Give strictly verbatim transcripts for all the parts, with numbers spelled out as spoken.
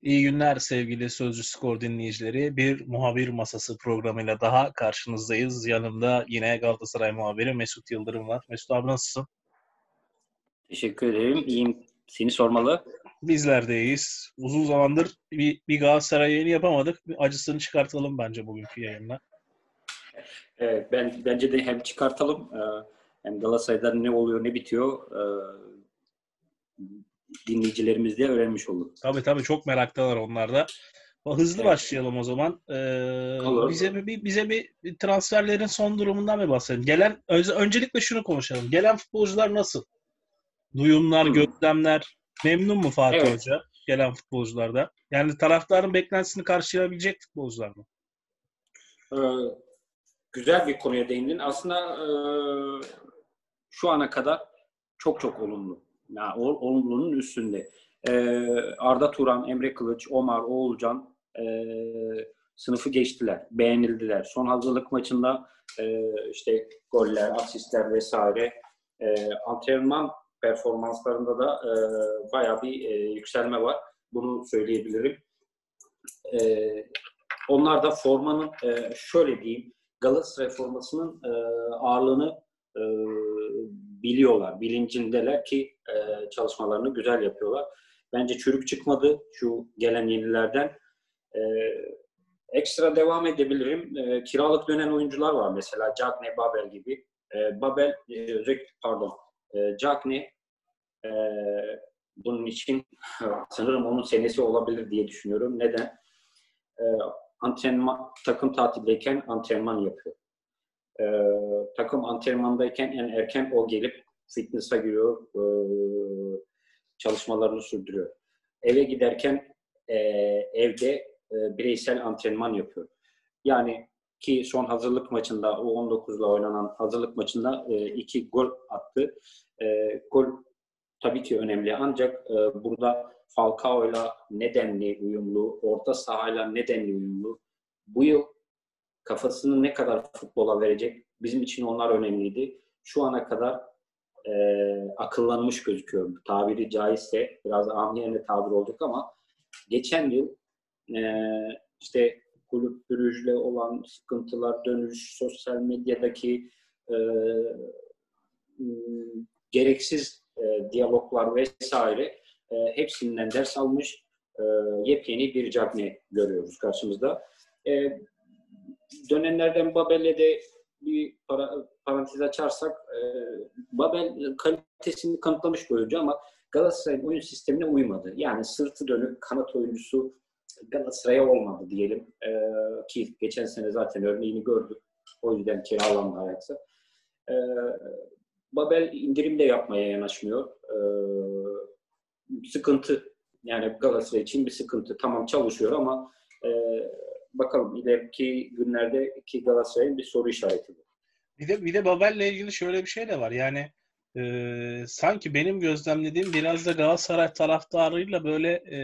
İyi günler sevgili Sözcü Skor dinleyicileri. Bir muhabir masası programıyla daha karşınızdayız. Yanımda yine Galatasaray muhabiri Mesut Yıldırım var. Mesut abi nasılsın? Teşekkür ederim. İyiyim. Seni sormalı. Bizler de iyiyiz. Uzun zamandır bir, bir Galatasaray yayını yapamadık. Bir acısını çıkartalım bence bugünkü yayınla. Evet, ben bence de hem çıkartalım hem Galatasaray'da ne oluyor ne bitiyor dinleyicilerimiz de öğrenmiş olur. Tabii tabii çok meraktalar onlar da. Hızlı Evet. başlayalım o zaman. Ee, Olur. bize bir bize bir transferlerin son durumundan bir bahsedelim. Gelen öncelikle şunu konuşalım. Gelen futbolcular nasıl? Duyumlar, Hmm. gözlemler, memnun mu Fatih Evet. Hoca gelen futbolcularda? Yani taraftarın beklentisini karşılayabilecek futbolcular mı? Ee, güzel bir konuya değindin. Aslında e, şu ana kadar çok çok olumlu. Yani olumlunun üstünde. Ee, Arda Turan, Emre Kılıç, Omar, Oğulcan e, sınıfı geçtiler, beğenildiler. Son hazırlık maçında e, işte goller, asistler vesaire e, antrenman performanslarında da e, bayağı bir e, yükselme var. Bunu söyleyebilirim. E, onlar da formanın e, şöyle diyeyim, Galatasaray formasının e, ağırlığını e, biliyorlar, bilincindeler ki e, çalışmalarını güzel yapıyorlar. Bence çürük çıkmadı şu gelen yenilerden. E, ekstra devam edebilirim. E, kiralık dönen oyuncular var mesela Cagne, Babel gibi. E, Babel, e, pardon, e, Cagne e, bunun için sanırım onun senesi olabilir diye düşünüyorum. Neden? E, antrenman, takım tatildeyken antrenman yapıyor. E, takım antrenmandayken en erken o gelip fitness'a giriyor, e, çalışmalarını sürdürüyor. Eve giderken e, evde e, bireysel antrenman yapıyor. Yani ki son hazırlık maçında, U on dokuzla oynanan hazırlık maçında e, iki gol attı. E, gol tabii ki önemli ancak e, burada Falcao'yla nedenli uyumlu, orta sahayla nedenli uyumlu. Bu yıl kafasını ne kadar futbola verecek? Bizim için onlar önemliydi. Şu ana kadar e, akıllanmış gözüküyor. Tabiri caizse biraz amiyane tabir olduk ama geçen yıl e, işte kulüp Brugge'le olan sıkıntılar, dönüş, sosyal medyadaki e, gereksiz e, diyaloglar vesaire e, hepsinden ders almış e, yepyeni bir Cagne görüyoruz karşımızda. E, dönenlerden Babel'le de bir para, parantez açarsak e, Babel kalitesini kanıtlamış bir oyuncu ama Galatasaray'ın oyun sistemine uymadı. Yani sırtı dönük kanat oyuncusu Galatasaray'a olmadı diyelim. E, ki geçen sene zaten örneğini gördük. O yüzden kiralandı Ajax'a. E, Babel indirim de yapmaya yanaşmıyor. E, sıkıntı. Yani Galatasaray için bir sıkıntı. Tamam çalışıyor ama e, bakalım ileriki günlerde ki Galatasaray'ın bir soru işareti bu. Bir de bir de Babel'le ilgili şöyle bir şey de var. Yani e, sanki benim gözlemlediğim biraz da Galatasaray taraftarıyla böyle e,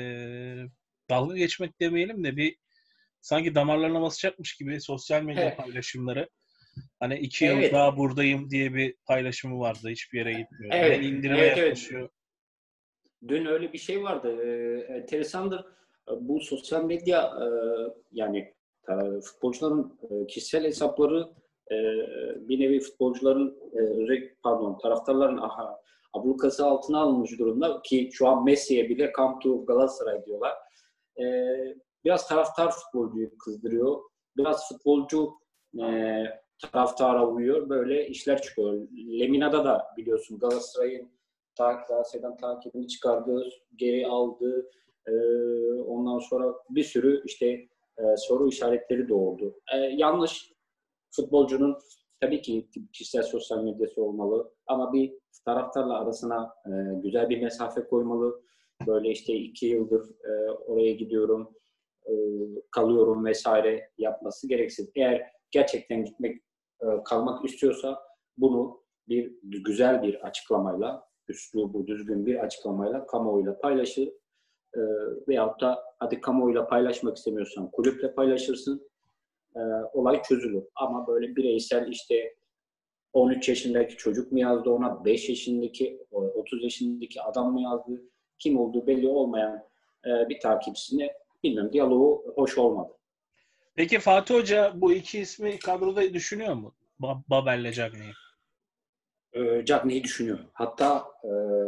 dalga geçmek demeyelim de bir sanki damarlarına basacakmış gibi sosyal medya Evet. paylaşımları. Hani iki yıl Evet. daha buradayım diye bir paylaşımı vardı. Hiçbir yere gitmiyorum. Ben Evet. indirime Evet. Evet. yaklaşıyor. Dün öyle bir şey vardı. Ee, enteresandır. Bu sosyal medya e, yani e, futbolcuların e, kişisel hesapları e, bir nevi futbolcuların e, pardon taraftarların aha, ablukası altına alınmış durumda ki şu an Messi'ye bile Come to Galatasaray diyorlar. E, biraz taraftar futbolcuyu kızdırıyor. Biraz futbolcu e, taraftara uyuyor. Böyle işler çıkıyor. Lemina'da da biliyorsun Galatasaray'ın Galatasaray'dan takibini çıkardı, geri aldı. E, ondan sonra bir sürü işte e, soru işaretleri doğurdu. E, yanlış. Futbolcunun tabii ki kişisel sosyal medyası olmalı ama bir taraftarla arasına e, güzel bir mesafe koymalı. Böyle işte iki yıldır e, oraya gidiyorum, e, kalıyorum vesaire yapması gereksiz. Eğer gerçekten gitmek, e, kalmak istiyorsa bunu bir güzel bir açıklamayla, üslubu düzgün bir açıklamayla kamuoyuyla paylaşır. E, veyahut da hadi kamuoyuyla paylaşmak istemiyorsan kulüple paylaşırsın. E, olay çözülür. Ama böyle bireysel işte on üç yaşındaki çocuk mu yazdı ona, beş yaşındaki, otuz yaşındaki adam mı yazdı, kim olduğu belli olmayan e, bir takipçisine bilmiyorum diyaloğu hoş olmadı. Peki Fatih Hoca bu iki ismi kadroda düşünüyor mu? Ba- Babel'le Cagney'i. E, Cagney'i düşünüyor. Hatta e,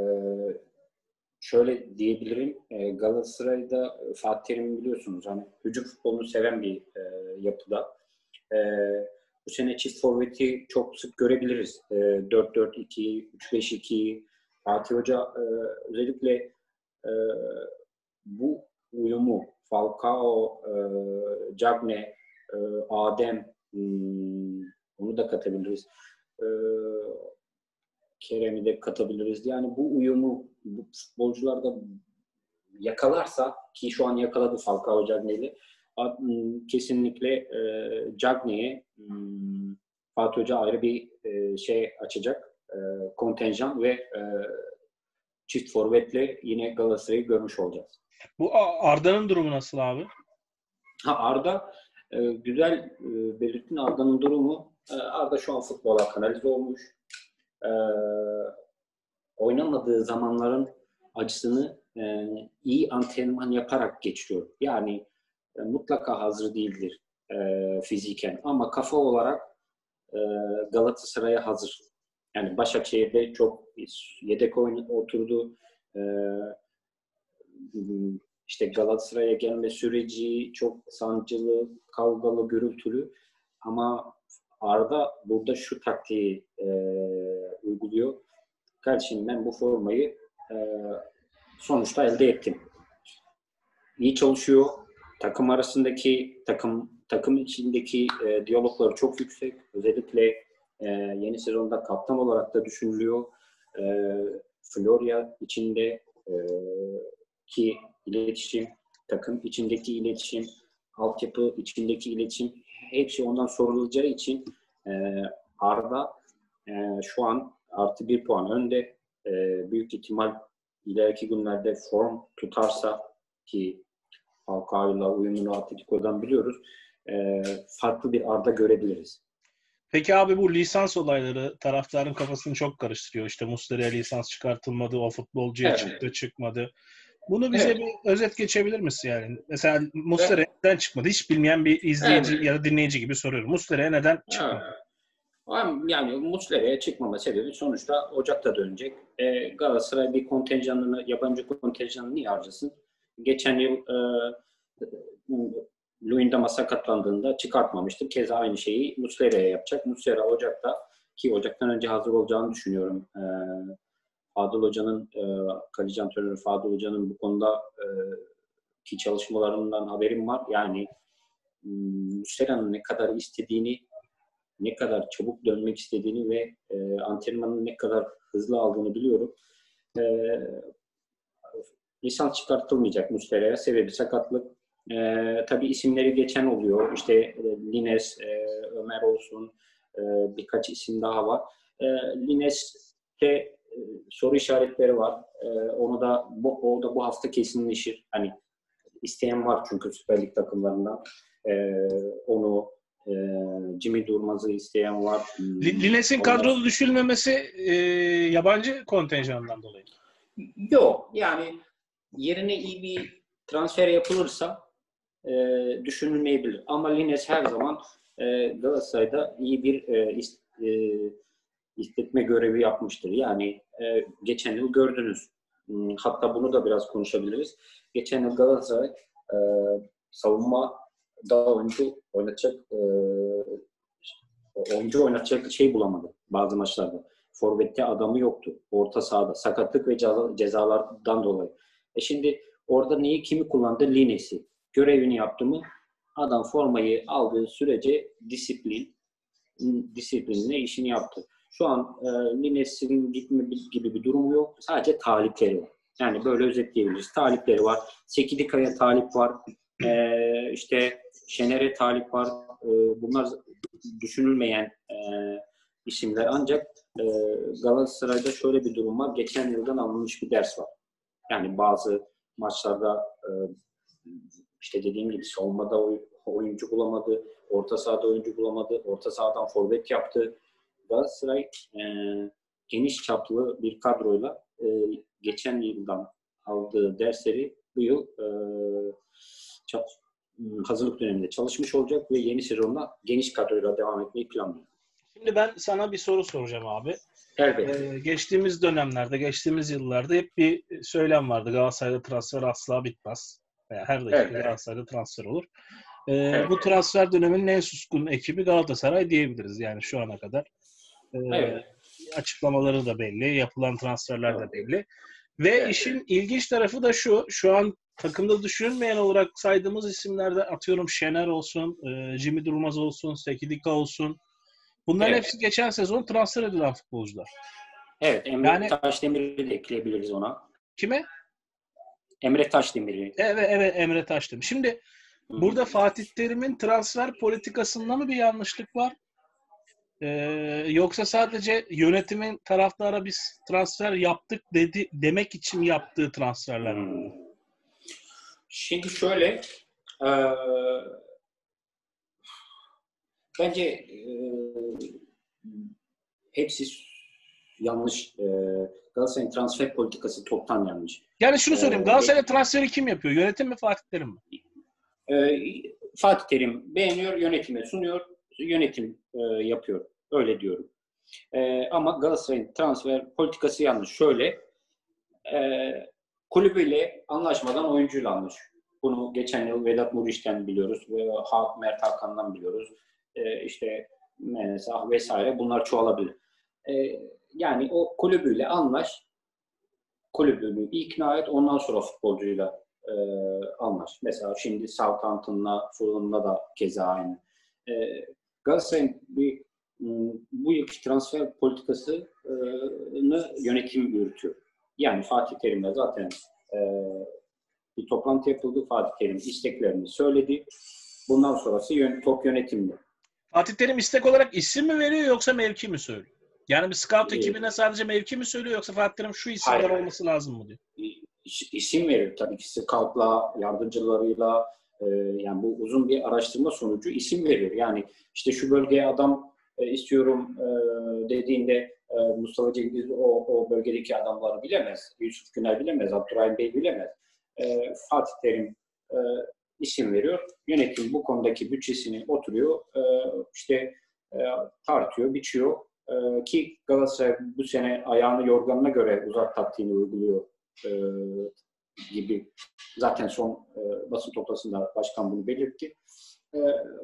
şöyle diyebilirim. E, Galatasaray'da Fatih Terim biliyorsunuz hani hücum futbolunu seven bir e, yapıda. E, bu sene çift forveti çok sık görebiliriz. E, dört dört iki, üç beş iki. Fatih Hoca e, özellikle e, bu uyumu Falcao, e, Cagney, e, Adem hmm, onu da katabiliriz. E, Kerem'i de katabiliriz. Yani bu uyumu bu futbolcularda yakalarsa ki şu an yakaladı Falcao Cagney'i kesinlikle e, Cagney'e hmm, Fatih Hoca ayrı bir e, şey açacak e, kontenjan ve e, çift forvetle yine Galatasaray'ı görmüş olacağız. Bu A- Arda'nın durumu nasıl abi? Ha Arda e, güzel e, belirttin Arda'nın durumu. E, Arda şu an futbola kanalize olmuş. E, oynamadığı zamanların acısını e, iyi antrenman yaparak geçiriyor. Yani e, mutlaka hazır değildir e, fiziken ama kafa olarak e, Galatasaray'a hazır. Yani Başakşehir'de çok yedek oyun oturdu. E, işte Galatasaray'a gelme süreci çok sancılı, kavgalı, gürültülü. Ama Arda burada şu taktiği e, uyguluyor. Kardeşim ben bu formayı e, sonuçta elde ettim. İyi çalışıyor. Takım arasındaki, takım takım içindeki e, diyalogları çok yüksek. Özellikle e, yeni sezonda kaptan olarak da düşünülüyor. E, Florya içinde e, ki iletişim, takım içindeki iletişim, altyapı içindeki iletişim hepsi ondan sorulacağı için e, Arda e, şu an artı bir puan önde. E, büyük ihtimal ileriki günlerde form tutarsa ki Falcao'yla uyumunu Atletico'dan biliyoruz. E, farklı bir Arda görebiliriz. Peki abi bu lisans olayları taraftarın kafasını çok karıştırıyor. İşte Muslera'ya lisans çıkartılmadı, o futbolcuya Evet. çıktı, çıkmadı. Bunu bize Evet. bir özet geçebilir misin yani? Mesela Ve, Muslera'ya neden çıkmadı? Hiç bilmeyen bir izleyici evet. ya da dinleyici gibi soruyorum. Muslera'ya neden çıkmadı? Evet. Yani Muslera'ya çıkmama sebebi sonuçta Ocak'ta dönecek. E, Galatasaray bir kontenjanını, yabancı kontenjanını niye harcasın? Geçen yıl e, Luyendama sakatlandığında çıkartmamıştır. Keza aynı şeyi Muslera'ya yapacak. Muslera Ocak'ta ki Ocak'tan önce hazır olacağını düşünüyorum. E, Fadıl Hoca'nın, e, kaleci antrenörü Fadıl Hoca'nın bu konuda e, ki çalışmalarından haberim var. Yani Muslera'nın ne kadar istediğini, ne kadar çabuk dönmek istediğini ve e, antrenmanın ne kadar hızlı aldığını biliyorum. E, lisans çıkartılmayacak Muslera'ya. Sebebi sakatlık. E, tabii isimleri geçen oluyor. İşte e, Lines, e, Ömer olsun, e, birkaç isim daha var. E, Lines'te e, soru işaretleri var. E, onu da bu, o da bu hafta kesinleşir. Hani isteyen var çünkü Süper Lig takımlarından. E, onu e, Jimmy Durmaz'ı isteyen var. Lines'in Ondan kadroda düşülmemesi e, yabancı kontenjanından dolayı. Yok. Yani yerine iyi bir transfer yapılırsa e, düşünülmeyebilir. Ama Lines her zaman e, Galatasaray'da iyi bir e, ist, e, istetme görevi yapmıştır. Yani e, geçen yıl gördünüz. Hatta bunu da biraz konuşabiliriz. Geçen yıl Galatasaray e, savunma da oyuncu oynatacak e, oyuncu oynatacak şey bulamadı bazı maçlarda. Forvet'te adamı yoktu. Orta sahada. Sakatlık ve cezalardan dolayı. E şimdi orada neyi kimi kullandı? Lines'i. Görevini yaptı mı? Adam formayı aldığı sürece disiplin disiplinle işini yaptı. Şu an e, Lines'in gitme gibi bir durumu yok. Sadece talipleri var. Yani böyle özetleyebiliriz. Talipleri var. Sekidika'ya talip var. E, işte Şener'e talip var. E, bunlar düşünülmeyen e, isimler. Ancak e, Galatasaray'da şöyle bir durum var. Geçen yıldan alınmış bir ders var. Yani bazı maçlarda e, işte dediğim gibi savunmada oyuncu bulamadı, orta sahada oyuncu bulamadı, orta sahadan forvet yaptı. Galatasaray e, geniş çaplı bir kadroyla e, geçen yıldan aldığı dersleri bu yıl e, hazırlık döneminde çalışmış olacak ve yeni sezonda geniş kadroyla devam etmeyi planlıyor. Şimdi ben sana bir soru soracağım abi. Elbette. Ee, geçtiğimiz dönemlerde, geçtiğimiz yıllarda hep bir söylem vardı. Galatasaray'da transfer asla bitmez. Yani her dakika Evet. Galatasaray'da transfer olur. Ee, Evet. Bu transfer döneminin en suskun ekibi Galatasaray diyebiliriz yani şu ana kadar. Ee, Evet. Açıklamaları da belli, yapılan transferler de Evet. belli. Ve Evet. işin ilginç tarafı da şu, şu an takımda düşünülmeyen olarak saydığımız isimlerde atıyorum Şener olsun, e, Jimmy Durmaz olsun, Sekidika olsun. Bunların Evet. hepsi geçen sezon transfer edilen futbolcular. Evet. Emre Yani Taşdemir'i de ekleyebiliriz ona. kime? Emre Taşdemir'i. Evet, evet Emre Taşdemir. Şimdi Hı-hı. burada Fatih Terim'in transfer politikasında mı bir yanlışlık var? Ee, Yoksa sadece yönetimin taraftara biz transfer yaptık dedi demek için yaptığı transferler mi? Hmm. Şimdi şöyle e, bence e, hepsi yanlış. E, Galatasaray'ın transfer politikası toptan yanlış. Yani şunu E, söyleyeyim. Galatasaray'a transferi kim yapıyor? Yönetim mi Fatih Terim mi? e, Fatih Terim beğeniyor, yönetime sunuyor, yönetim e, yapıyor. Öyle diyorum. E, ama Galatasaray'ın transfer politikası yanlış. Şöyle, e, kulübüyle anlaşmadan oyuncuyla anlaşıyor. Bunu geçen yıl Vedat Muriç'ten biliyoruz ve Mert Hakan'dan biliyoruz. E, işte Mensah vesaire bunlar çoğalabilir. E, yani o kulübüyle anlaş, kulübünü ikna et, ondan sonra futbolcuyla e, anlaş. Mesela şimdi Southampton'la, Fulham'la da keza aynı. E, Galatasaray'ın bir bu yılki transfer politikasını yönetim yürütüyor. Yani Fatih Terim'le zaten e, bir toplantı yapıldı. Fatih Terim isteklerini söyledi. Bundan sonrası yön, top yönetimde. Fatih Terim istek olarak isim mi veriyor yoksa mevki mi söylüyor? Yani bir scout E, ekibine sadece mevki mi söylüyor yoksa Fatih Terim şu isimler hayır. olması lazım mı diyor? İsim verir tabii ki scout'la, yardımcılarıyla e, yani bu uzun bir araştırma sonucu isim verir. Yani işte şu bölgeye adam e, istiyorum e, dediğinde e, Mustafa Cengiz o, o bölgedeki adamları bilemez. Yusuf Günay bilemez, Abdurrahim Bey bilemez. E, Fatih Terim e, isim veriyor. Yönetim bu konudaki bütçesini oturuyor. E, işte e, tartıyor, biçiyor. E, ki Galatasaray bu sene ayağını yorganına göre uzat taktiğini uyguluyor. E, gibi zaten son e, basın toplantısında başkan bunu belirtti. E,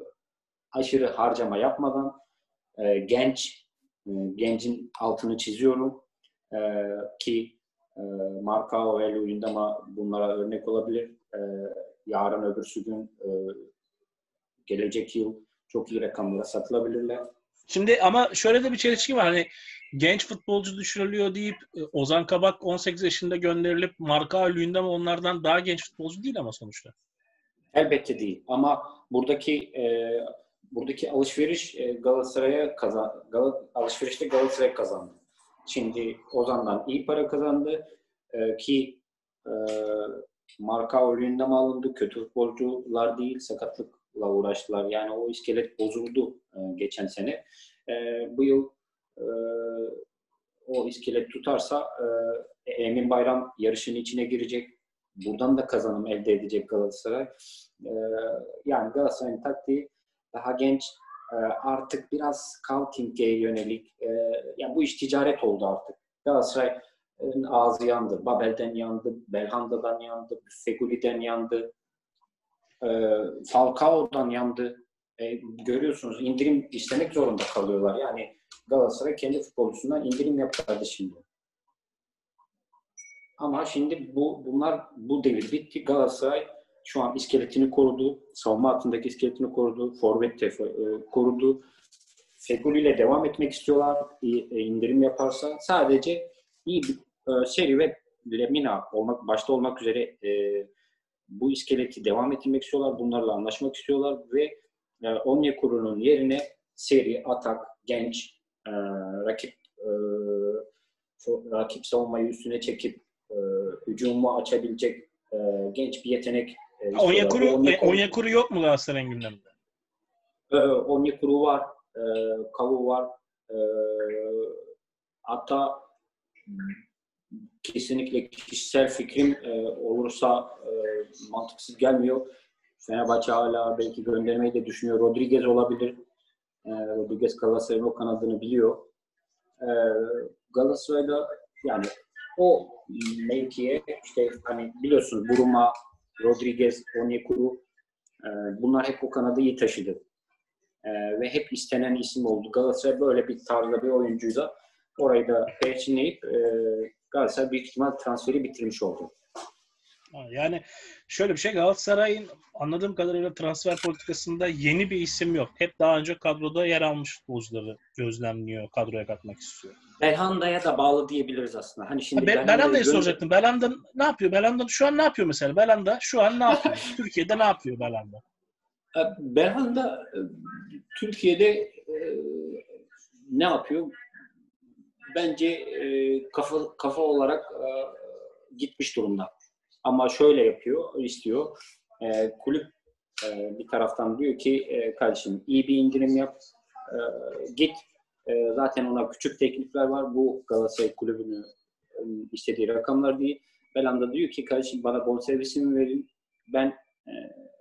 aşırı harcama yapmadan e, genç e, gencin altını çiziyorum e, ki e, Marka ve Luyendama bunlara örnek olabilir. E, yarın öbürsü gün e, gelecek yıl çok iyi rakamlara satılabilirler. Şimdi ama şöyle de bir çelişki var. Hani genç futbolcu düşürülüyor deyip Ozan Kabak on sekiz yaşında gönderilip Marka Luyendama onlardan daha genç futbolcu değil ama sonuçta. Elbette değil. Ama buradaki e, buradaki alışveriş e, Galatasaray'a kazan Gal alışverişte Galatasaray kazandı. Şimdi Ozan'dan iyi para kazandı e, ki e, Marka oyununda mı alındı? Kötü futbolcular değil, sakatlıkla uğraştılar. Yani o iskelet bozuldu e, geçen sene. E, bu yıl e, o iskelet tutarsa e, Emin Bayram yarışın içine girecek. Buradan da kazanım elde edecek Galatasaray. E, yani Galatasaray'ın taktiği daha genç, e, artık biraz scouting'e yönelik. E, yani bu iş ticaret oldu artık. Galatasaray'ın ağzı yandı. Babel'den yandı, Belhanda'dan yandı, Feguli'den yandı, e, Falcao'dan yandı. E, görüyorsunuz indirim istemek zorunda kalıyorlar. Yani Galatasaray kendi futbolcusundan indirim yapardı şimdi. Ama şimdi bu bunlar bu devir bitti. Galatasaray şu an iskeletini korudu. Savunma hattındaki iskeletini korudu. Forvet de e, korudu. Feguli ile devam etmek istiyorlar. E, indirim yaparsa. Sadece iyi bir e, seri ve Lemina olmak, başta olmak üzere e, bu iskeleti devam ettirmek istiyorlar. Bunlarla anlaşmak istiyorlar ve e, Onyekuru'nun yerine seri, atak, genç, e, rakip e, rakip savunmayı üstüne çekip e, hücumu açabilecek e, genç bir yetenek e, istiyorlar. Onyekuru, Onyekuru, Onyekuru yok mu Galatasaray'ın gündeminde? e, Onyekuru var, e, Kavu var, e, hatta kesinlikle kişisel fikrim e, olursa e, mantıksız gelmiyor. Fenerbahçe hala belki göndermeyi de düşünüyor. Rodriguez olabilir. E, Rodriguez Galatasaray'ın o kanadını biliyor. E, Galatasaray'da yani o mevkiye işte hani biliyorsunuz Buruma, Rodriguez, Onyekuru e, bunlar hep o kanadı iyi taşıdı. E, ve hep istenen isim oldu. Galatasaray böyle bir tarzda bir oyuncuyla orayı da perçinleyip e, Galatasaray büyük ihtimal transferi bitirmiş oldu. Yani şöyle bir şey, Galatasaray'ın anladığım kadarıyla transfer politikasında yeni bir isim yok. Hep daha önce kadroda yer almış futbolcuları gözlemliyor, kadroya katmak istiyor. Belhanda'ya da bağlı diyebiliriz aslında. Hani şimdi Be- Belhanda'yı Belanda'yı gönder- soracaktım. Belanda ne yapıyor? Belanda şu an ne yapıyor mesela? Belanda şu an ne yapıyor? Türkiye'de ne yapıyor Belanda? Belhanda e, Türkiye'de e, ne yapıyor? Bence e, kafa kafa olarak e, gitmiş durumda. Ama şöyle yapıyor, istiyor. E, kulüp e, bir taraftan diyor ki e, kardeşim iyi bir indirim yap, e, git. E, zaten ona küçük teklifler var. Bu Galatasaray kulübünün e, istediği rakamlar değil. Belhanda diyor ki kardeşim bana bonservisimi verin. Ben e,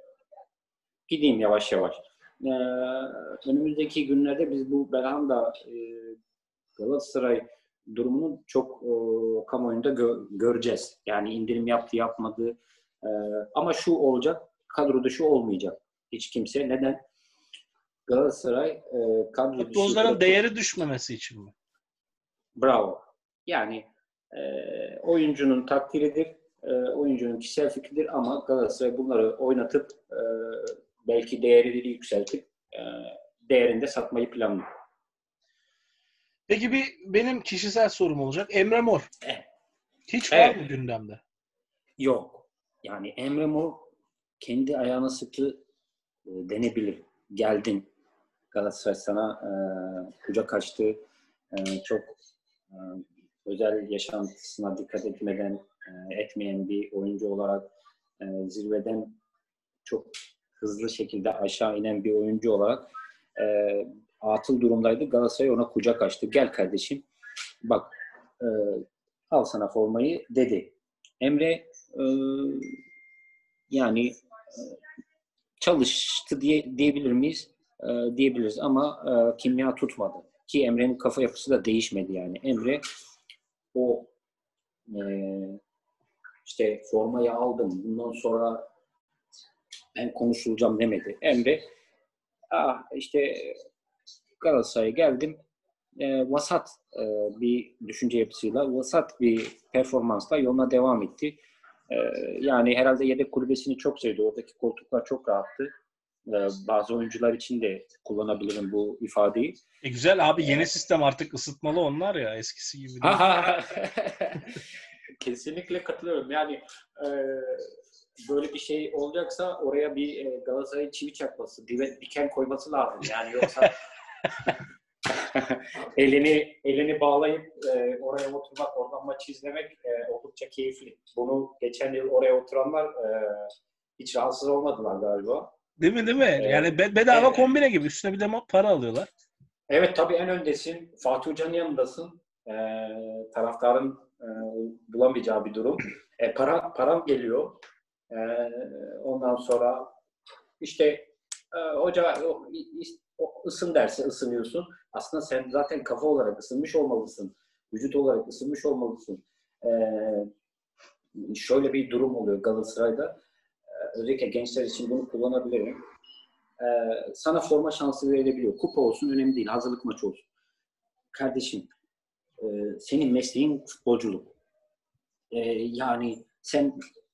gideyim yavaş yavaş. Ee, önümüzdeki günlerde biz bu Belhanda e, Galatasaray durumunu çok e, kamuoyunda gö- göreceğiz. Yani indirim yaptı yapmadı. E, ama şu olacak, kadro dışı olmayacak hiç kimse. Neden? Galatasaray e, kadro dışı Futbolcuların bırakıp... değeri düşmemesi için mi? Bravo. Yani e, oyuncunun takdiridir, e, oyuncunun kişisel fikridir ama Galatasaray bunları oynatıp e, belki değerini yükseltip e, değerinde satmayı planlıyor. Peki bir benim kişisel sorum olacak. Emre Mor. Eh, Hiç var Evet. mı gündemde? Yok. Yani Emre Mor kendi ayağına sıktı e, denebilir. Geldin. Galatasaray sana e, kucak açtı. E, çok e, özel yaşantısına dikkat etmeden, e, etmeyen bir oyuncu olarak e, zirveden çok hızlı şekilde aşağı inen bir oyuncu olarak e, atıl durumdaydı. Galatasaray ona kucak açtı. Gel kardeşim bak e, al sana formayı dedi. Emre e, yani e, çalıştı diye diyebilir miyiz? E, diyebiliriz ama e, kimya tutmadı. Ki Emre'nin kafa yapısı da değişmedi yani. Emre o e, işte formayı aldım. Bundan sonra ben konuşulacağım demedi. Emre ah işte Galatasaray'a geldim. E, vasat e, bir düşünce yapısıyla, vasat bir performansla yoluna devam etti. E, yani herhalde yedek kulübesini çok sevdi. Oradaki koltuklar çok rahattı. E, bazı oyuncular için de kullanabilirim bu ifadeyi. E güzel abi, yeni sistem artık ısıtmalı onlar ya, eskisi gibi değil. Kesinlikle katılıyorum. Yani e, böyle bir şey olacaksa oraya bir e, Galatasaray çivi çakması, dibe, diken koyması lazım. Yani yoksa elini elini bağlayıp e, oraya oturmak, oradan maçı izlemek e, oldukça keyifli. Bunu geçen yıl oraya oturanlar e, hiç rahatsız olmadılar galiba. Değil mi değil mi? E, Yani be- bedava evet, kombine gibi, üstüne bir de para alıyorlar. evet tabii en öndesin. Fatih Hoca'nın yanındasın. E, taraftarın e, bulamayacağı bir durum. E, para param geliyor. E, ondan sonra işte e, hoca o, o, ısın derse ısınıyorsun. Aslında sen zaten kafa olarak ısınmış olmalısın. Vücut olarak ısınmış olmalısın. E, şöyle bir durum oluyor Galatasaray'da. E, özellikle gençler için bunu kullanabilirim. E, sana forma şansı verilebiliyor. Kupa olsun önemli değil. Hazırlık maçı olsun. Kardeşim e, senin mesleğin futbolculuk. E, yani sen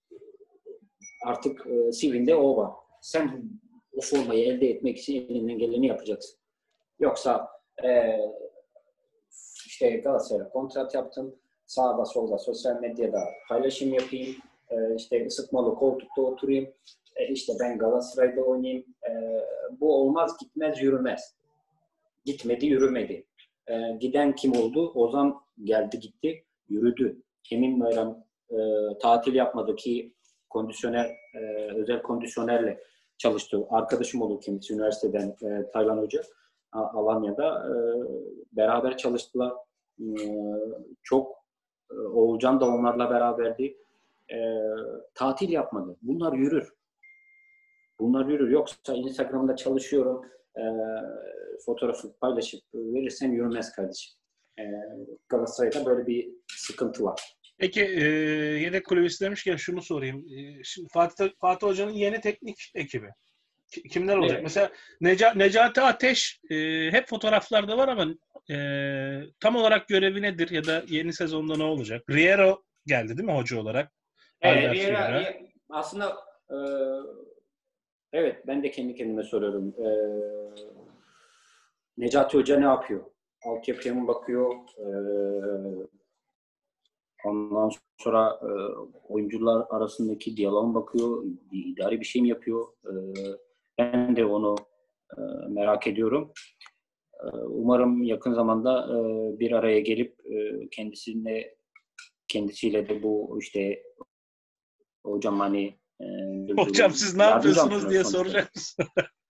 artık e, C V'nde o var. Sen o formayı elde etmek için elinden geleni yapacaksın. Yoksa e, işte Galatasaray'la kontrat yaptım. Sağda solda sosyal medyada paylaşım yapayım. E, işte ısıtmalı koltukta oturayım. E, işte ben Galatasaray'da oynayayım. E, bu olmaz, gitmez, yürümez. Gitmedi, yürümedi. E, giden kim oldu? Ozan geldi gitti. Yürüdü. Emin Bayram e, tatil yapmadı ki kondisyoner, e, özel kondisyonerle çalıştı. Arkadaşım olur kendisi üniversiteden e, Taylan Hoca. Alanya'da e, beraber çalıştılar. E, çok Oğulcan da onlarla beraberdi. E, tatil yapmadı. Bunlar yürür. Bunlar yürür. Yoksa Instagram'da çalışıyorum, e, fotoğrafı paylaşıp verirsen yürümez kardeşim. E, Galatasaray'da böyle bir sıkıntı var. Peki e, yedek kulübesi demişken şunu sorayım. E, şimdi Fatih, Fatih Hoca'nın yeni teknik ekibi. Kimler olacak? Evet. Mesela Neca, Necati Ateş e, hep fotoğraflarda var ama e, tam olarak görevi nedir ya da yeni sezonda ne olacak? Riero geldi değil mi hoca olarak? Evet, Albert Riera, Riera. Riera- aslında e, evet ben de kendi kendime soruyorum. E, Necati Hoca ne yapıyor? Altyapıya mı bakıyor? E, ondan sonra e, oyuncular arasındaki diyaloğa mı bakıyor? İdari bir şey mi yapıyor? E, ben de onu e, merak ediyorum. E, umarım yakın zamanda e, bir araya gelip e, kendisiyle kendisiyle de bu işte hocam hani e, Hocam siz ne yardımcı yapıyorsunuz antrenör diye sonuçta. soracak mısın?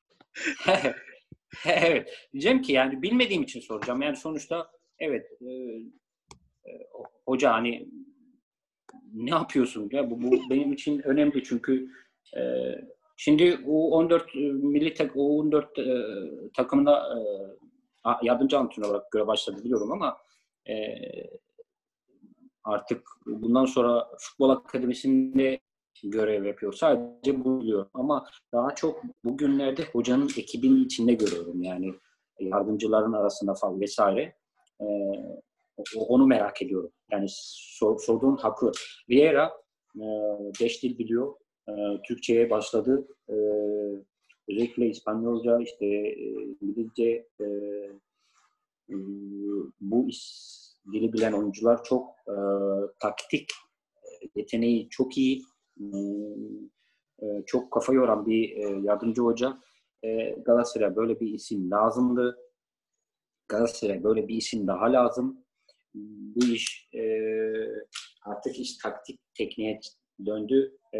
Evet. Diyeceğim ki yani bilmediğim için soracağım. Yani sonuçta evet e, e, hoca hani ne yapıyorsun? Ya bu, bu benim için önemli çünkü e, şimdi U on dört e, milli tak U on dört e, takımına e, yardımcı antrenör olarak göre başladı biliyorum ama e, artık bundan sonra futbol akademisinde görev yapıyor. Sadece bu biliyorum. Ama daha çok bugünlerde hocanın ekibinin içinde görüyorum. Yani yardımcıların arasında falan vesaire. Ee, onu merak ediyorum. Yani sor, sorduğun haklı. Vieira e, beş dil biliyor. E, Türkçe'ye başladı. E, özellikle İspanyolca, işte e, İngilizce e, e, bu iş dili bilen oyuncular çok e, taktik yeteneği çok iyi, e, çok kafa yoran bir e, yardımcı hoca. E, Galatasaray'a böyle bir isim lazımdı. Galatasaray'a böyle bir isim daha lazım. Bu iş e, artık iş taktik tekniğe döndü. E,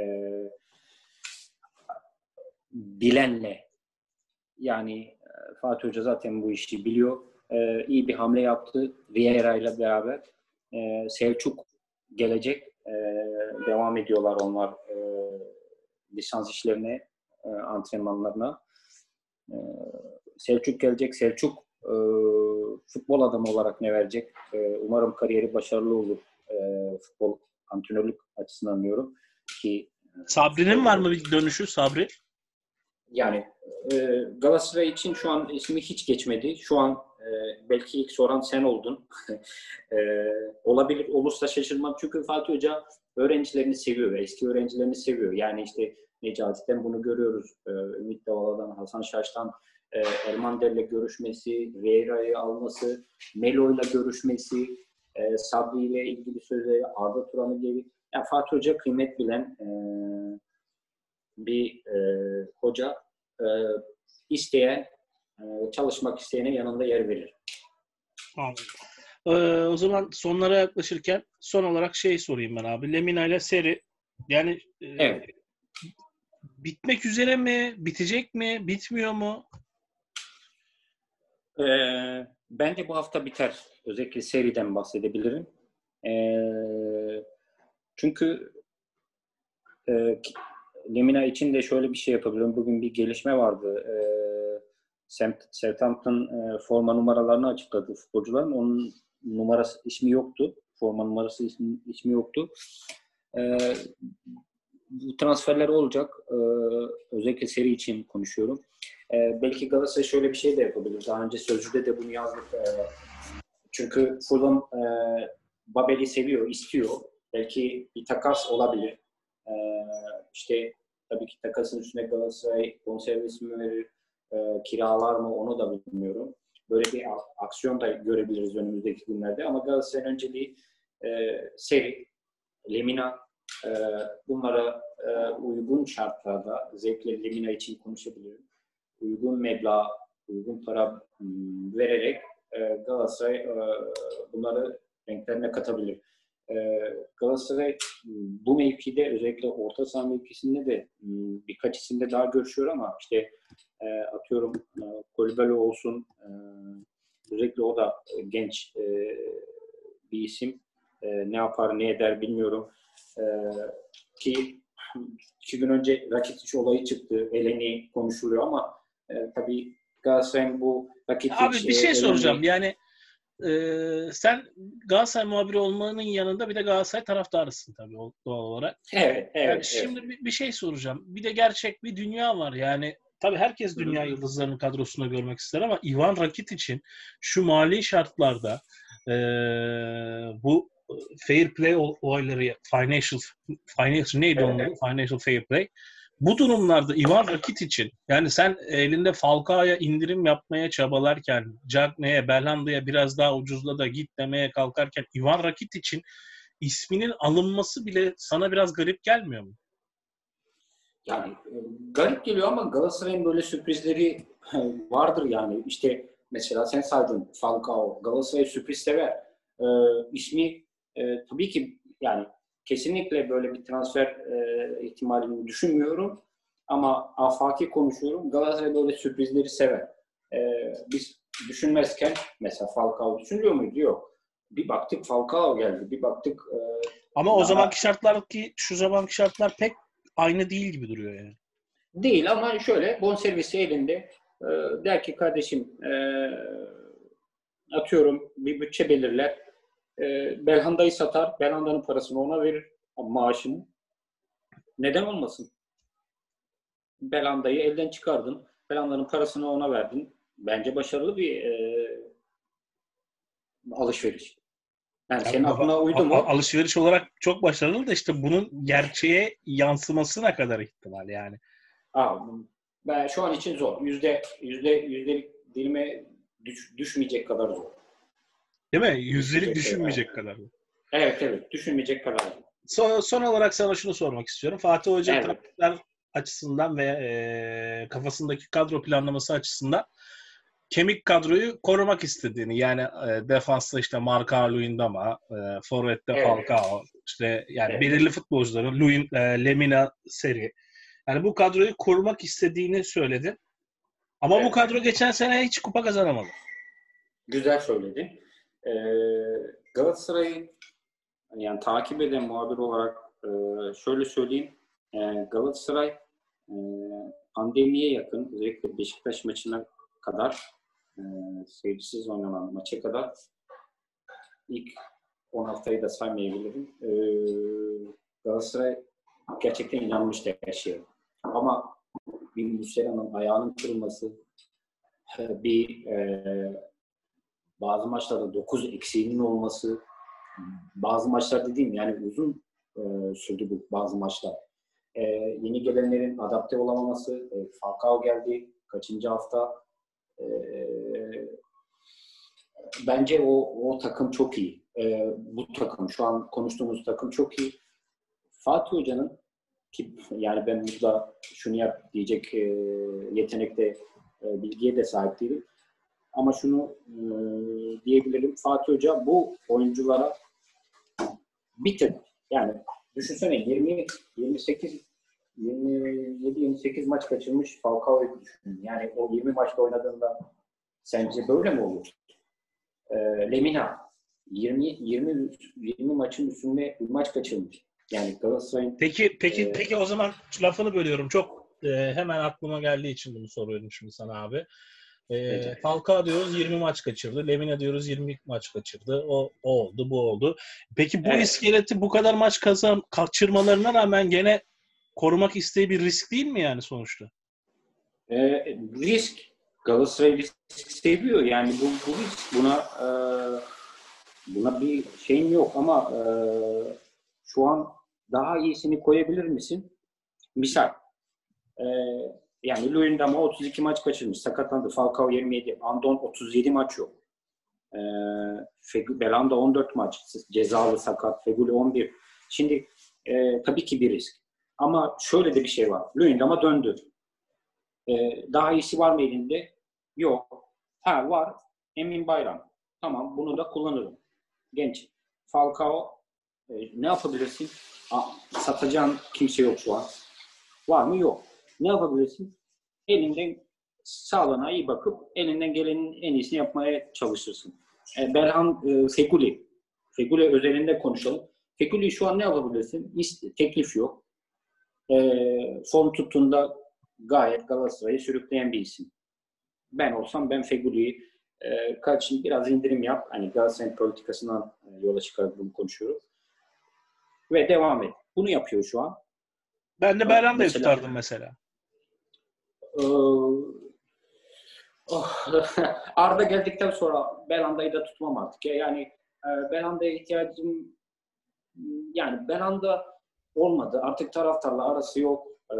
bilenle yani e, Fatih Hoca zaten bu işi biliyor. E, iyi bir hamle yaptı Vieira ile beraber. E, Selçuk gelecek. E, devam ediyorlar onlar e, lisans işlerine, e, antrenmanlarına. E, Selçuk gelecek. Selçuk e, futbol adamı olarak ne verecek? E, umarım kariyeri başarılı olur. E, futbol antrenörlük açısından diyorum ki Sabri'nin var mı bir dönüşü Sabri? yani e, Galatasaray için şu an ismi hiç geçmedi. Şu an e, belki ilk soran sen oldun. e, olabilir, olursa şaşırmam. Çünkü Fatih Hoca öğrencilerini seviyor ve eski öğrencilerini seviyor. Yani işte Necati'den bunu görüyoruz. E, Ümit Davala'dan, Hasan Şaş'tan, e, Ermander'le görüşmesi, Vieira'yı alması, Melo'yla görüşmesi, e, Sabri ile ilgili sözleri, Arda Turan'ı gibi. Yani Fatih Hoca kıymet bilen e, bir e, hoca e, isteyen, e, çalışmak isteyene yanında yer verir. Anladım. Ee, o zaman sonlara yaklaşırken son olarak şey sorayım ben abi. Lemina ile seri yani e, Evet. bitmek üzere mi? Bitecek mi? Bitmiyor mu? E, bence bu hafta biter. Özellikle seriden bahsedebilirim. E, çünkü e, Lemina için de şöyle bir şey yapabilirim. Bugün bir gelişme vardı. E, Southampton e, forma numaralarını açıkladı futbolcuların. Onun numarası ismi yoktu. Forma numarası ismi, ismi yoktu. E, bu transferler olacak. E, özellikle seri için konuşuyorum. E, belki Galatasaray şöyle bir şey de yapabilir. Daha önce Sözcü'de de bunu yazdık. E, çünkü Fulham e, Babel'i seviyor, istiyor. Belki bir takas olabilir. E, işte tabii ki takasın üstüne Galatasaray bonservis mi verir, e, kiralar mı onu da bilmiyorum. Böyle bir aksiyon da görebiliriz önümüzdeki günlerde. Ama Galatasaray'ın önceliği e, seri, Lemina, e, bunlara e, uygun şartlarda, zevkle Lemina için konuşabilirim. Uygun meblağ, uygun para m, vererek e, Galatasaray e, bunları renklerine katabilir. E, Galatasaray bu mevkide özellikle orta saha mevkisinde de m, birkaç isimde daha görüşüyor ama işte e, atıyorum e, Kolibali olsun, e, özellikle o da genç e, bir isim. E, ne yapar, ne eder bilmiyorum. E, ki iki gün önce Rakitic olayı çıktı. Eleni konuşuluyor ama e, tabii Galatasaray'ın bu Rakitic, Abi bir şey e, soracağım. Eleni... Yani e, sen Galatasaray muhabiri olmanın yanında bir de Galatasaray taraftarısın tabii doğal olarak. Evet, Yani evet, evet. şimdi bir, bir şey soracağım. Bir de gerçek bir dünya var. Yani tabii herkes dünya Hı-hı. yıldızlarının kadrosunda görmek ister ama Ivan Rakitic'in şu mali şartlarda e, bu fair play olayları, financial financial neydi Evet. onların? Financial fair play. Bu durumlarda Ivan Rakitic'in, yani sen elinde Falcao'ya indirim yapmaya çabalarken, Cagney'e, Belhanda'ya biraz daha ucuzla da git demeye kalkarken Ivan Rakitic'in isminin alınması bile sana biraz garip gelmiyor mu? Yani e, garip geliyor ama Galatasaray'ın böyle sürprizleri vardır yani. İşte mesela sen saydın Falcao. Galatasaray sürpriz sever. E, ismi e, tabii ki yani kesinlikle böyle bir transfer e, ihtimalini düşünmüyorum. Ama afaki konuşuyorum. Galatasaray böyle sürprizleri sever. E, biz düşünmezken mesela Falcao düşünüyor muydu? Yok. Bir baktık Falcao geldi. Bir baktık e, Ama o daha zamanki şartlar ki şu zamanki şartlar pek aynı değil gibi duruyor yani. değil ama şöyle bonservisi elinde e, der ki kardeşim e, atıyorum bir bütçe belirler. E, Belhanda'yı satar. Belhanda'nın parasını ona verir. Maaşını. Neden olmasın? Belhanda'yı elden çıkardın. Belhanda'nın parasını ona verdin. Bence başarılı bir e, alışveriş. Yani Tabii senin baba, aklına uydu a- a- mu? alışveriş olarak çok başarılı da işte bunun gerçeğe yansımasına kadar ihtimal yani. Aa, ben şu an için zor. Yüzde yüzde yüzdelik dilime düş, düşmeyecek kadar zor. Değil mi? Yüzdelik Düşecek kadar. düşünmeyecek kadar. Evet evet. Düşünmeyecek kadar zor. Son, son olarak sana şunu sormak istiyorum. Fatih Hoca Evet. taktikler açısından ve e, kafasındaki kadro planlaması açısından kemik kadroyu korumak istediğini, yani e, defansta işte Marka Luyendama, e, forvette Evet. Falcao, işte yani Evet. belirli futbolcuların Luin, e, Lemina, Seri. Yani bu kadroyu korumak istediğini söyledi. Ama bu Evet. kadro geçen sene hiç kupa kazanamadı. Güzel söyledin. Ee, Galatasaray'ı yani takip eden muhabir olarak e, şöyle söyleyeyim. E, Galatasaray e, pandemiye yakın özellikle Beşiktaş maçına kadar e, seyircisiz oynanan maça kadar ilk on haftayı da saymayabilirim. E, Galatasaray gerçekten inanmıştı her şeye. Ama bir Muslera'nın ayağının kırılması, bir e, bazı maçlarda dokuz eksiğinin olması, bazı maçlar dediğim yani uzun e, sürdü bu bazı maçlar. E, yeni gelenlerin adapte olamaması, e, Falcao geldi kaçıncı hafta. E, bence o, o takım çok iyi. E, bu takım, şu an konuştuğumuz takım çok iyi. Fatih Hoca'nın ki yani ben burada şunu yap diyecek e, yetenekte e, bilgiye de sahip değilim. Ama şunu e, diyebilirim. Fatih Hoca bu oyunculara bitirdi. Yani düşünsene yirmi, yirmi sekiz, yirmi yedi yirmi sekiz maç kaçırmış Falcao'yu düşünün. Yani o yirmi maçta oynadığında sence böyle mi olur? E, Lemina yirmi yirmi yirmi maçın üstünde bir maç kaçırmış. Yani Galatasaray'ın Peki peki e, peki o zaman lafını bölüyorum. Çok e, hemen aklıma geldiği için bunu soruyorum şimdi sana abi. E, peki. Falcao diyoruz yirmi maç kaçırdı. Lemina diyoruz yirmi maç kaçırdı. O, o oldu, bu oldu. Peki bu Evet. iskeleti bu kadar maç kazan kaçırmalarına rağmen gene korumak isteği bir risk değil mi yani sonuçta? E, risk. Galatasaray risk seviyor. Yani bu, bu risk. Buna e, buna bir şeyim yok ama e, şu an daha iyisini koyabilir misin? Misal. E, yani Luyendama otuz iki maç kaçırmış. Sakatlandı. Falcao yirmi yedi. Andon otuz yedi maç yok. E, Belanda on dört maç. Cezalı sakat. Feguli on bir. Şimdi e, tabii ki bir risk. Ama şöyle de bir şey var. Luyendama döndü. Ee, daha iyisi var mı elinde? Yok. Ha var. Emin Bayram. Tamam bunu da kullanırım. Genç. Falcao e, ne yapabilirsin? A, satacağın kimse yok şu an. Var mı? Yok. Ne yapabilirsin? Elinden sağlığına iyi bakıp elinden gelenin en iyisini yapmaya çalışırsın. E, Berhan e, Feguli. Feguli özelinde konuşalım. Feguli şu an ne yapabilirsin? İst- teklif yok. E, form tuttuğunda gayet Galatasaray'ı sürükleyen bir isim. Ben olsam ben Feguli'yi e, kaç biraz indirim yap. Hani Galatasaray'ın politikasından e, yola çıkarak bunu konuşuyoruz. Ve devam et. Bunu yapıyor şu an. Ben de Belhanda'yı Mesela tutardım mesela. e, oh, Arda geldikten sonra Belhanda'yı da tutmam artık. Ya. Yani e, Belhanda'ya ihtiyacım yani Belhanda olmadı. Artık taraftarla arası yok. E,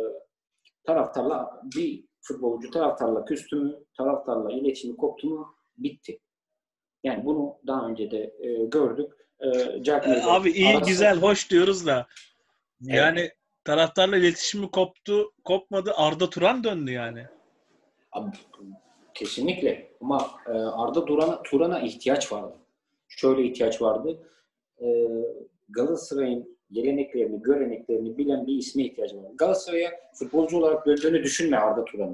taraftarla bir futbolcu taraftarla küstü mü, taraftarla iletişimi koptu mu bitti. Yani bunu daha önce de e, gördük. E, Jack Ee, Miller abi iyi, arası güzel, hoş diyoruz da evet. yani taraftarla iletişimi koptu, kopmadı. Arda Turan döndü yani. Abi, kesinlikle. Ama e, Arda Turan'a, Turan'a ihtiyaç vardı. Şöyle ihtiyaç vardı. E, Galatasaray'ın geleneklerini, göreneklerini bilen bir isme ihtiyacı vardı. Galatasaray'a futbolcu olarak döndüğünü düşünme Arda Turan'ın.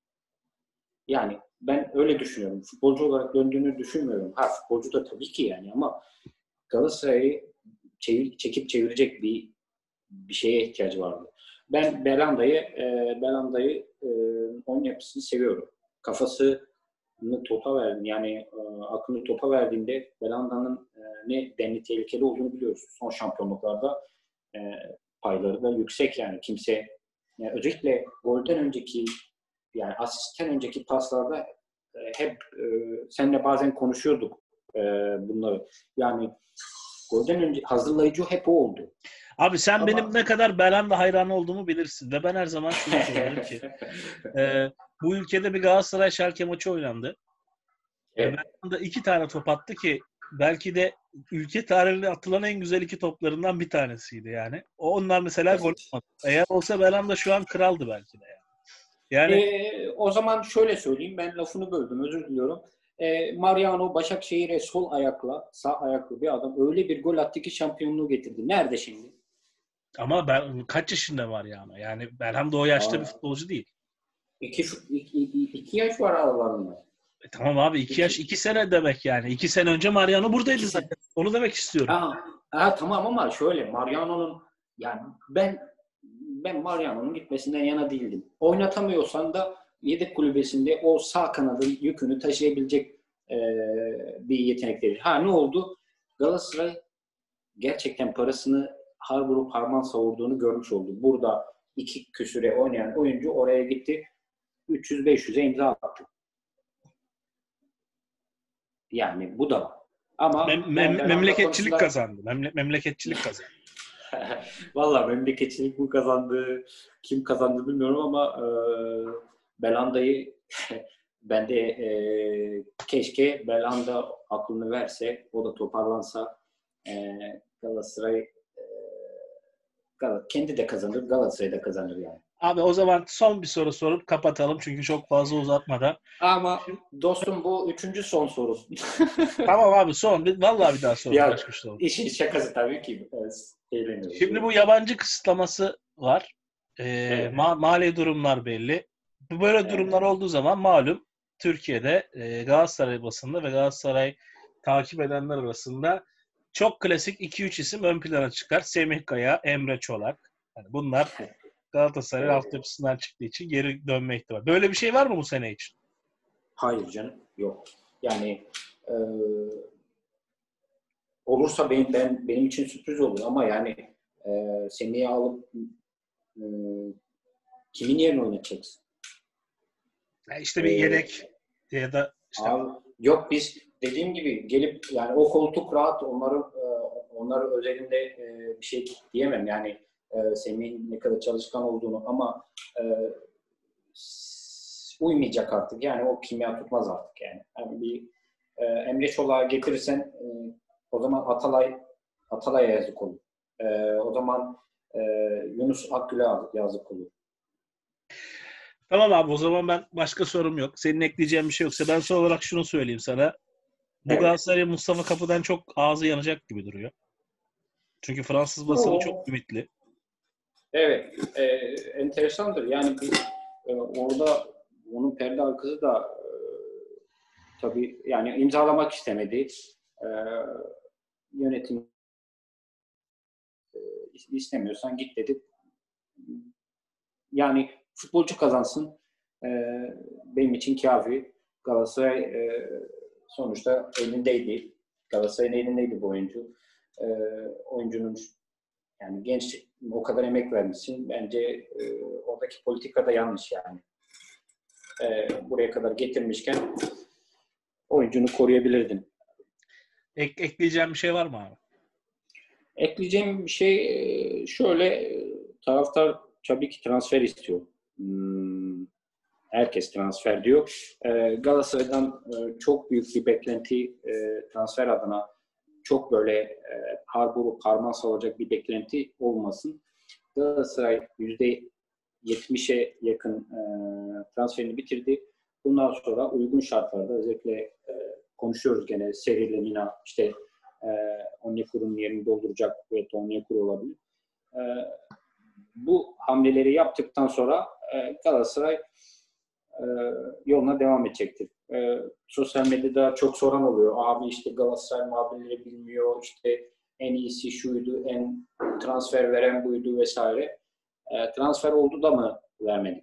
Yani ben öyle düşünüyorum. Futbolcu olarak döndüğünü düşünmüyorum. Ha futbolcu da tabii ki yani ama Galatasaray'ı çevir, çekip çevirecek bir bir şeye ihtiyacı vardı. Ben Belanda'yı e, Belanda'yı e, oyun yapısını seviyorum. Kafasını topa verdi. Yani e, aklını topa verdiğinde Belanda'nın e, ne denli tehlikeli olduğunu biliyoruz. Son şampiyonluklarda e, payları da yüksek yani. Kimse yani özellikle golden önceki yani asistten önceki paslarda e, hep e, seninle bazen konuşuyorduk e, bunları. Yani golden önce hazırlayıcı hep o oldu. Abi sen Ama benim ne kadar Belhanda hayranı olduğumu bilirsin ve ben her zaman şunu söylerim ki e, bu ülkede bir Galatasaray Schalke maçı oynandı ve evet. Belhanda iki tane top attı ki belki de ülke tarihinde atılan en güzel iki toplarından bir tanesiydi yani. O onlar mesela gol Evet. atmadı. Eğer olsa Belhanda şu an kraldı belki de yani. Yani Ee, o zaman şöyle söyleyeyim. Ben lafını böldüm. Özür diliyorum. Ee, Mariano Başakşehir'e sol ayakla, sağ ayaklı bir adam öyle bir gol attı ki şampiyonluğu getirdi. Nerede şimdi? ama ben kaç yaşında var ya ama yani Belhanda o yaşta bir Aa, futbolcu değil. iki, iki, iki, iki yaş var aralarında. E tamam abi iki yaş İki, iki sene demek yani. iki sene önce Mariano iki buradaydı sene. zaten. Onu demek istiyorum. Ha, ha, tamam ama şöyle Mariano'nun yani ben ben Mariano'nun gitmesinden yana değildim. Oynatamıyorsan da yedek kulübesinde o sağ kanadın yükünü taşıyabilecek e, bir yetenekleri. Ha ne oldu? Galatasaray gerçekten parasını har vurup harman savurduğunu görmüş oldu. Burada iki küsüre oynayan oyuncu oraya gitti. üç yüz beş yüze imza attı. Yani bu da var. Ama Mem- ben mem- Belhanda memleketçilik konusunda kazandı. Memle- memleketçilik kazandı. valla memleketçilik mi kazandı, kim kazandı bilmiyorum ama e, Belanda'yı ben de e, keşke Belanda aklını verse, o da toparlansa e, Galatasaray e, Gal- kendi de kazanır, Galatasaray da kazanır yani. Abi o zaman son bir soru sorup kapatalım çünkü çok fazla uzatmadan. Ama Şimdi, dostum bu üçüncü son soru. tamam abi son. Bir, vallahi bir daha sorma. Ya Başka bir şey oldu. işin şakası tabii ki. Evet, eğleniyoruz. Şimdi Evet. bu yabancı kısıtlaması var. Ee, Evet. ma- mali durumlar belli. Bu böyle Evet. durumlar olduğu zaman malum Türkiye'de e, Galatasaray basında ve Galatasaray takip edenler arasında çok klasik iki üç isim ön plana çıkar. Semih Kaya, Emre Çolak. Yani bunlar Galatasaray'ın Evet. altyapısından çıktığı için geri dönme ihtimali. Böyle bir şey var mı bu sene için? Hayır canım. Yok. Yani e, olursa benim, ben, benim için sürpriz olur ama yani e, Semih'i alıp e, kimin yerine oynatacaksın? Ya işte bir E, yedek ya da işte abi, yok biz dediğim gibi gelip yani o koltuk rahat onları e, onları özelinde e, bir şey diyemem yani e, Semih'in ne kadar çalışkan olduğunu ama e, uymayacak artık. Yani o kimya tutmaz artık yani. Yani bir e, Emre Çolak'ı getirirsen e, o zaman Atalay Atalay'a yazık olur. E, o zaman e, Yunus Akgül'e yazık olur. tamam abi o zaman ben başka sorum yok. Senin ekleyeceğin bir şey yoksa ben son olarak şunu söyleyeyim sana. Bu Evet. Galatasaray'a Mustafa Kapı'dan çok ağzı yanacak gibi duruyor. Çünkü Fransız basını çok O, ümitli. evet. E, enteresandır. Yani biz e, orada onun perde arkası da e, tabii yani imzalamak istemedi. E, yönetim e, istemiyorsan git dedi. Yani futbolcu kazansın. E, benim için kafi. Galatasaray e, sonuçta elindeydi. Galatasaray'ın elindeydi bu oyuncu. E, oyuncunun yani genç o kadar emek vermişsin. Bence e, oradaki politika da yanlış yani. E, buraya kadar getirmişken oyuncunu koruyabilirdin. Ek, ekleyeceğim bir şey var mı abi? Ekleyeceğim bir şey şöyle, taraftar tabii ki transfer istiyor. Hmm, herkes transfer diyor. E, Galatasaray'dan e, çok büyük bir beklenti e, transfer adına çok böyle e, harburu parmağı savacak bir beklenti olmasın. Galatasaray yüzde yetmişe yakın e, transferini bitirdi. Bundan sonra uygun şartlarda özellikle e, konuşuyoruz gene Seri Lemina işte e, Onyekuru'nun yerini dolduracak ve Onyekuru olabilir. E, bu hamleleri yaptıktan sonra e, Galatasaray e, yoluna devam edecektir. E, sosyal medyada çok soran oluyor. Abi işte Galatasaray muhabirleri bilmiyor. İşte en iyisi şuydu, en transfer veren buydu vesaire. E, transfer oldu da mı vermedi?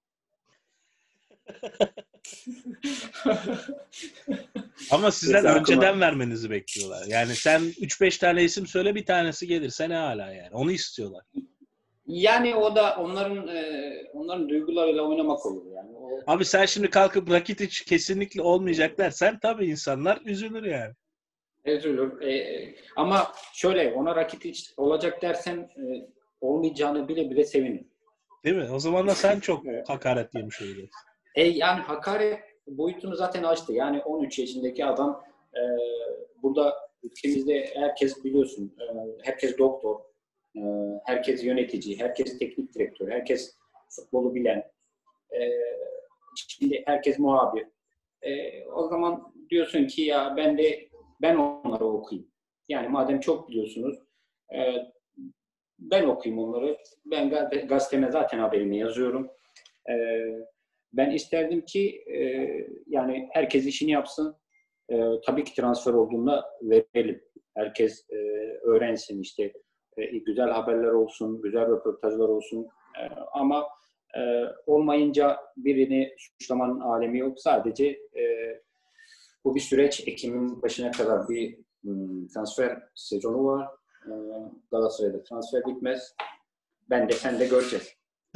Ama sizden Mesela önceden aklıma... vermenizi bekliyorlar. Yani sen üç beş tane isim söyle, bir tanesi gelirse ne hala yani. Onu istiyorlar. Yani o da onların e, onların duygularıyla oynamak olur yani. O... Abi sen şimdi kalkıp Rakitic kesinlikle olmayacak dersen tabii insanlar üzülür yani. Üzülür. E, ama şöyle ona Rakitic olacak dersen e, olmayacağını bile bile sevinir. Değil mi? O zaman da sen çok hakaret yemiş olacaksın. E, yani hakaret boyutunu zaten açtı. Yani on üç yaşındaki adam e, burada ülkemizde herkes biliyorsun e, herkes doktor, e, herkes yönetici, herkes teknik direktör, herkes futbolu bilen, e, şimdi herkes muhabir. E, o zaman diyorsun ki ya ben de ben onları okuyayım. Yani madem çok biliyorsunuz e, ben okuyayım onları. Ben gazeteme zaten haberimi yazıyorum. E, ben isterdim ki e, yani herkes işini yapsın. E, tabii ki transfer olduğunda verelim. Herkes e, öğrensin işte. E, güzel haberler olsun, güzel röportajlar olsun. E, ama e, olmayınca birini suçlamanın alemi yok. Sadece e, bu bir süreç. Ekim'in başına kadar bir um, transfer sezonu var. E, Galatasaray'da transfer bitmez. Ben de sen de göreceğiz.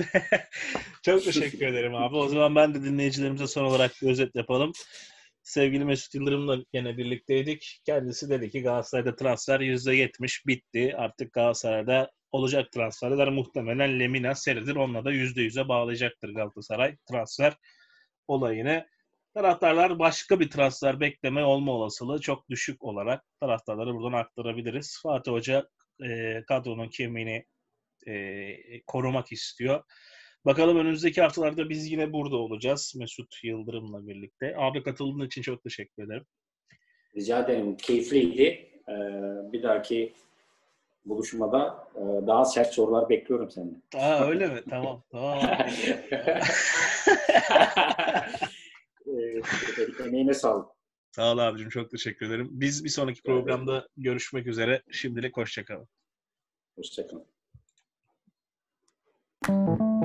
Çok teşekkür ederim abi. O zaman ben de dinleyicilerimize son olarak bir özet yapalım. Sevgili Mesut Yıldırım'la yine birlikteydik. Kendisi dedi ki Galatasaray'da transfer yüzde yetmiş bitti. Artık Galatasaray'da olacak transferler muhtemelen Lemina, Seri'dir. Onunla da yüzde yüze bağlayacaktır Galatasaray transfer olayını. Taraftarlar başka bir transfer bekleme olma olasılığı çok düşük olarak taraftarları buradan aktarabiliriz. Fatih Hoca e, kadronun kemiğini e, korumak istiyor. Bakalım önümüzdeki haftalarda biz yine burada olacağız Mesut Yıldırım'la birlikte. Abi katıldığın için çok teşekkür ederim. Rica ederim. Keyifliydi. Ee, bir dahaki buluşmada e, daha sert sorular bekliyorum senden. Aa öyle mi? Tamam. Tamam. e, emeğine sağlık. Sağ ol abicim. Çok teşekkür ederim. Biz bir sonraki programda görüşmek üzere. Şimdilik hoşça kalın. Hoşça kalın.